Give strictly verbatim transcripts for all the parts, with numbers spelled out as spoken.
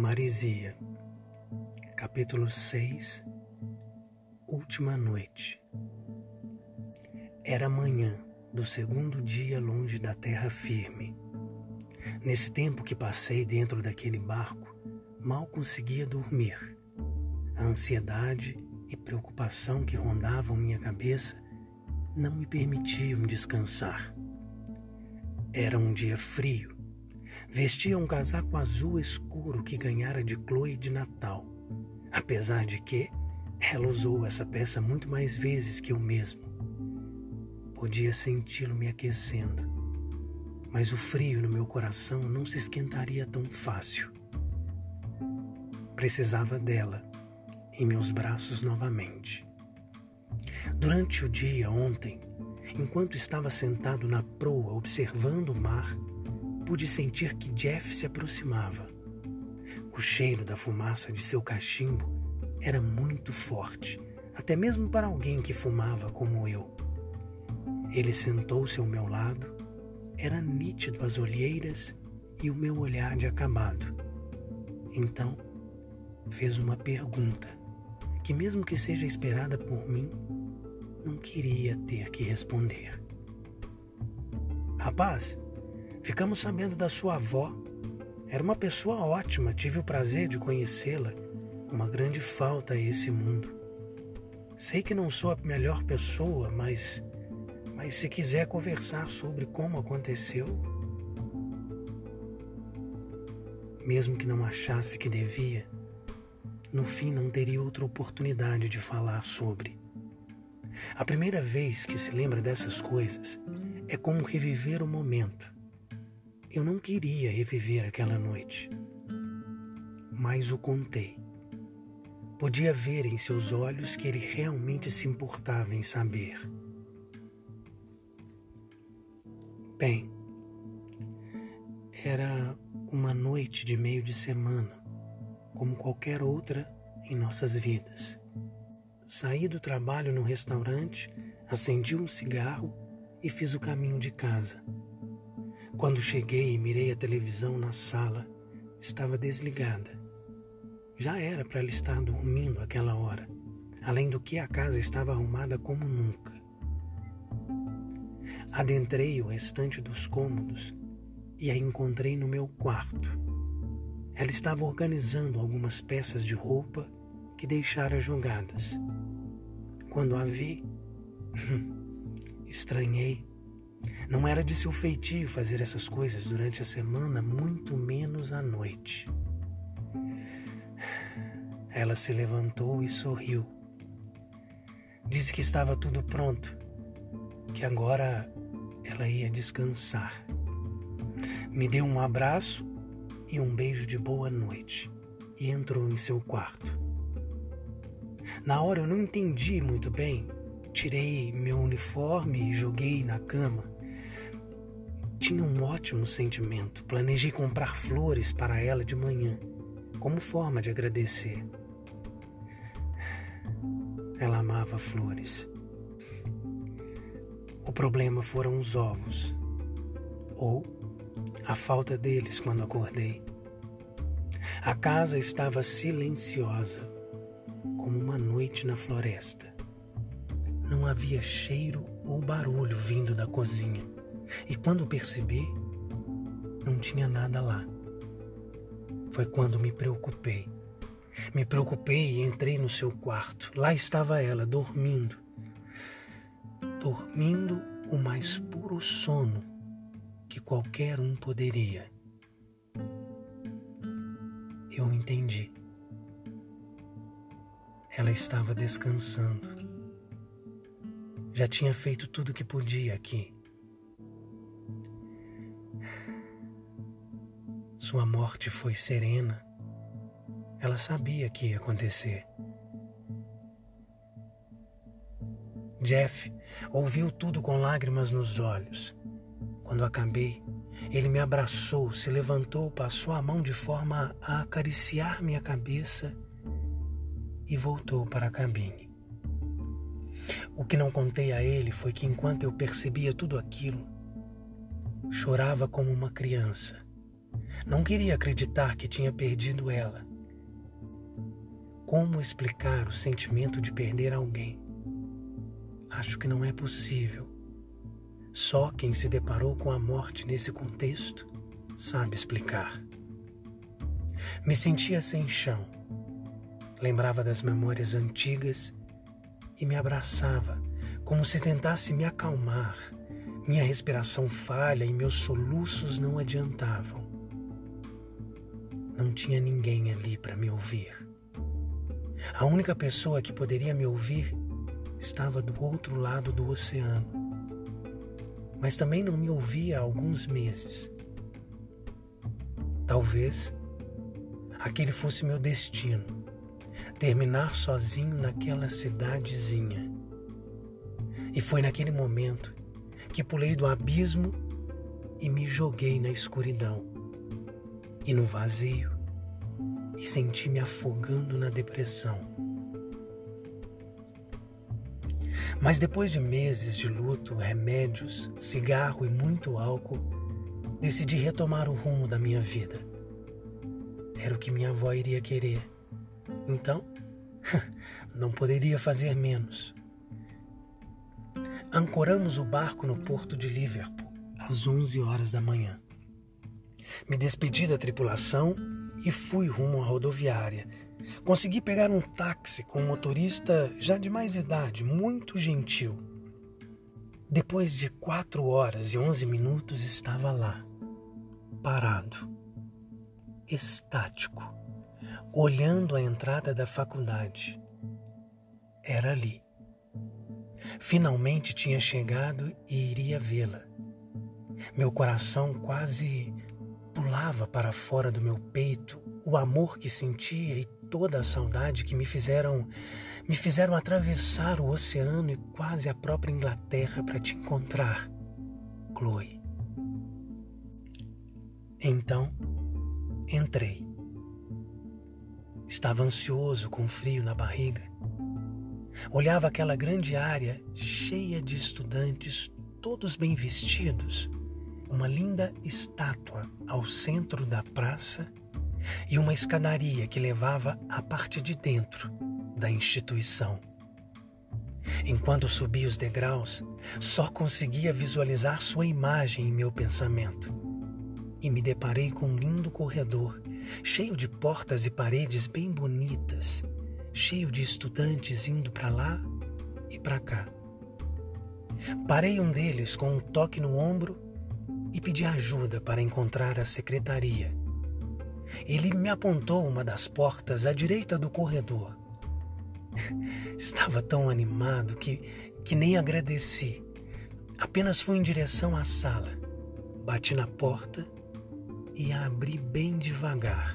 Marisia, capítulo seis, Última Noite. Era manhã do segundo dia longe da terra firme. Nesse tempo que passei dentro daquele barco, mal conseguia dormir. A ansiedade e preocupação que rondavam minha cabeça não me permitiam descansar. Era um dia frio. Vestia um casaco azul escuro que ganhara de Chloe de Natal, apesar de que ela usou essa peça muito mais vezes que eu mesmo. Podia senti-lo me aquecendo, mas o frio no meu coração não se esquentaria tão fácil. Precisava dela em meus braços novamente. Durante o dia ontem, enquanto estava sentado na proa observando o mar, pude sentir que Jeff se aproximava. O cheiro da fumaça de seu cachimbo era muito forte, até mesmo para alguém que fumava como eu. Ele sentou-se ao meu lado, era nítido as olheiras e o meu olhar de acabado. Então, fez uma pergunta, que mesmo que seja esperada por mim, não queria ter que responder. Rapaz, ficamos sabendo da sua avó. Era uma pessoa ótima, tive o prazer de conhecê-la. Uma grande falta a esse mundo. Sei que não sou a melhor pessoa, mas, mas se quiser conversar sobre como aconteceu, mesmo que não achasse que devia, no fim não teria outra oportunidade de falar sobre. A primeira vez que se lembra dessas coisas é como reviver o momento. Eu não queria reviver aquela noite, mas o contei. Podia ver em seus olhos que ele realmente se importava em saber. Bem, era uma noite de meio de semana, como qualquer outra em nossas vidas. Saí do trabalho no restaurante, acendi um cigarro e fiz o caminho de casa. Quando cheguei e mirei a televisão na sala, estava desligada. Já era para ela estar dormindo àquela hora, além do que a casa estava arrumada como nunca. Adentrei o restante dos cômodos e a encontrei no meu quarto. Ela estava organizando algumas peças de roupa que deixara jogadas. Quando a vi, estranhei. Não era de seu feitio fazer essas coisas durante a semana, muito menos à noite. Ela se levantou e sorriu. Disse que estava tudo pronto, que agora ela ia descansar. Me deu um abraço e um beijo de boa noite e entrou em seu quarto. Na hora eu não entendi muito bem. Tirei meu uniforme e joguei na cama. Tinha um ótimo sentimento. Planejei comprar flores para ela de manhã, como forma de agradecer. Ela amava flores. O problema foram os ovos, ou a falta deles quando acordei. A casa estava silenciosa, como uma noite na floresta. Não havia cheiro ou barulho vindo da cozinha, e quando percebi, não tinha nada lá. Foi quando me preocupei. Me preocupei e entrei no seu quarto. Lá estava ela, dormindo. Dormindo o mais puro sono que qualquer um poderia. Eu entendi. Ela estava descansando. Já tinha feito tudo o que podia aqui. Sua morte foi serena. Ela sabia que ia acontecer. Jeff ouviu tudo com lágrimas nos olhos. Quando acabei, ele me abraçou, se levantou, passou a mão de forma a acariciar minha cabeça e voltou para a cabine. O que não contei a ele foi que, enquanto eu percebia tudo aquilo, chorava como uma criança. Não queria acreditar que tinha perdido ela. Como explicar o sentimento de perder alguém? Acho que não é possível. Só quem se deparou com a morte nesse contexto sabe explicar. Me sentia sem chão. Lembrava das memórias antigas e me abraçava, como se tentasse me acalmar. Minha respiração falha e meus soluços não adiantavam. Não tinha ninguém ali para me ouvir. A única pessoa que poderia me ouvir estava do outro lado do oceano, mas também não me ouvia há alguns meses. Talvez aquele fosse meu destino, terminar sozinho naquela cidadezinha. E foi naquele momento que pulei do abismo e me joguei na escuridão e no vazio e senti me afogando na depressão. Mas depois de meses de luto, remédios, cigarro e muito álcool, decidi retomar o rumo da minha vida. Era o que minha avó iria querer. Então, não poderia fazer menos. Ancoramos o barco no porto de Liverpool, às onze horas da manhã. Me despedi da tripulação e fui rumo à rodoviária. Consegui pegar um táxi com um motorista já de mais idade, muito gentil. Depois de quatro horas e onze minutos estava lá, parado, estático, olhando a entrada da faculdade. Era ali. Finalmente tinha chegado e iria vê-la. Meu coração quase pulava para fora do meu peito, o amor que sentia e toda a saudade que me fizeram, me fizeram atravessar o oceano e quase a própria Inglaterra para te encontrar, Chloe. Então, entrei. Estava ansioso, com frio na barriga. Olhava aquela grande área cheia de estudantes, todos bem vestidos, uma linda estátua ao centro da praça e uma escadaria que levava à parte de dentro da instituição. Enquanto subia os degraus, só conseguia visualizar sua imagem em meu pensamento. E me deparei com um lindo corredor, cheio de portas e paredes bem bonitas, cheio de estudantes indo para lá e para cá. Parei um deles com um toque no ombro e pedi ajuda para encontrar a secretaria. Ele me apontou uma das portas à direita do corredor. Estava tão animado que, que nem agradeci. Apenas fui em direção à sala, bati na porta e a abri bem devagar.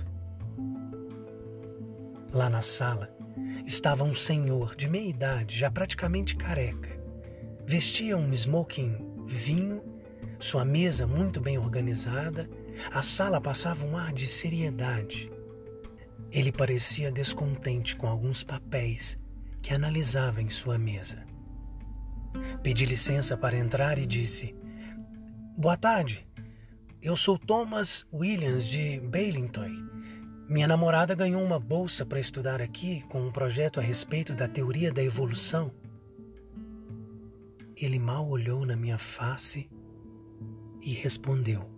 Lá na sala estava um senhor de meia idade, já praticamente careca. Vestia um smoking vinho, sua mesa muito bem organizada. A sala passava um ar de seriedade. Ele parecia descontente com alguns papéis que analisava em sua mesa. Pedi licença para entrar e disse: "Boa tarde, eu sou Thomas Williams de Bailington. Minha namorada ganhou uma bolsa para estudar aqui com um projeto a respeito da teoria da evolução." Ele mal olhou na minha face e respondeu: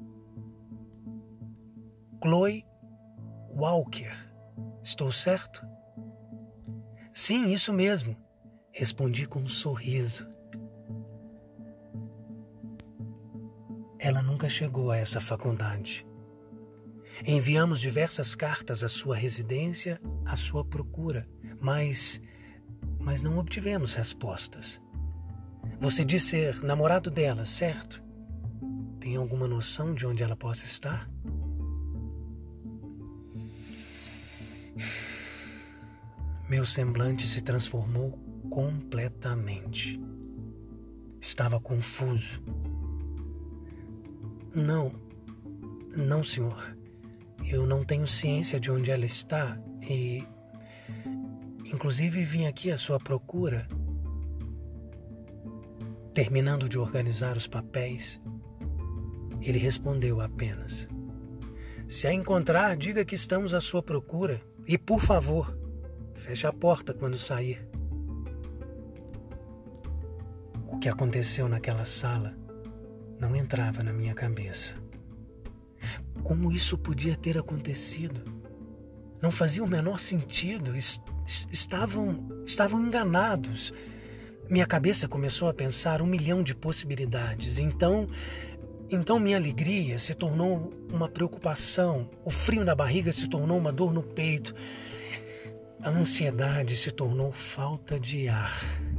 "Chloe Walker, estou certo?" "Sim, isso mesmo", respondi com um sorriso. Ela nunca chegou a essa faculdade. Enviamos diversas cartas à sua residência, à sua procura, mas, mas não obtivemos respostas. Você diz ser namorado dela, certo? Tem alguma noção de onde ela possa estar? Meu semblante se transformou completamente. Estava confuso. Não, não, senhor. Eu não tenho ciência de onde ela está e, inclusive, vim aqui à sua procura. Terminando de organizar os papéis, ele respondeu apenas: Se a encontrar, diga que estamos à sua procura. E, por favor, feche a porta quando sair. O que aconteceu naquela sala não entrava na minha cabeça. Como isso podia ter acontecido? Não fazia o menor sentido. Estavam, estavam enganados. Minha cabeça começou a pensar um milhão de possibilidades. Então, então minha alegria se tornou uma preocupação. O frio na barriga se tornou uma dor no peito. A ansiedade se tornou falta de ar.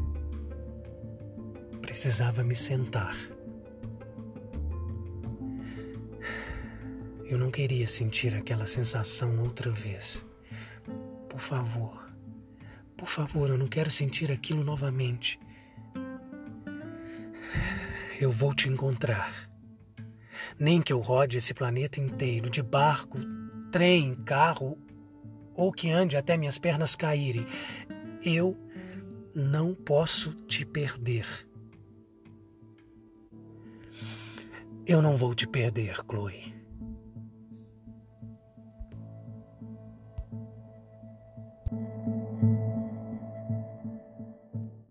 Precisava me sentar. Eu não queria sentir aquela sensação outra vez. Por favor, por favor, eu não quero sentir aquilo novamente. Eu vou te encontrar. Nem que eu rode esse planeta inteiro, de barco, trem, carro, ou que ande até minhas pernas caírem. Eu não posso te perder. Eu não vou te perder, Chloe.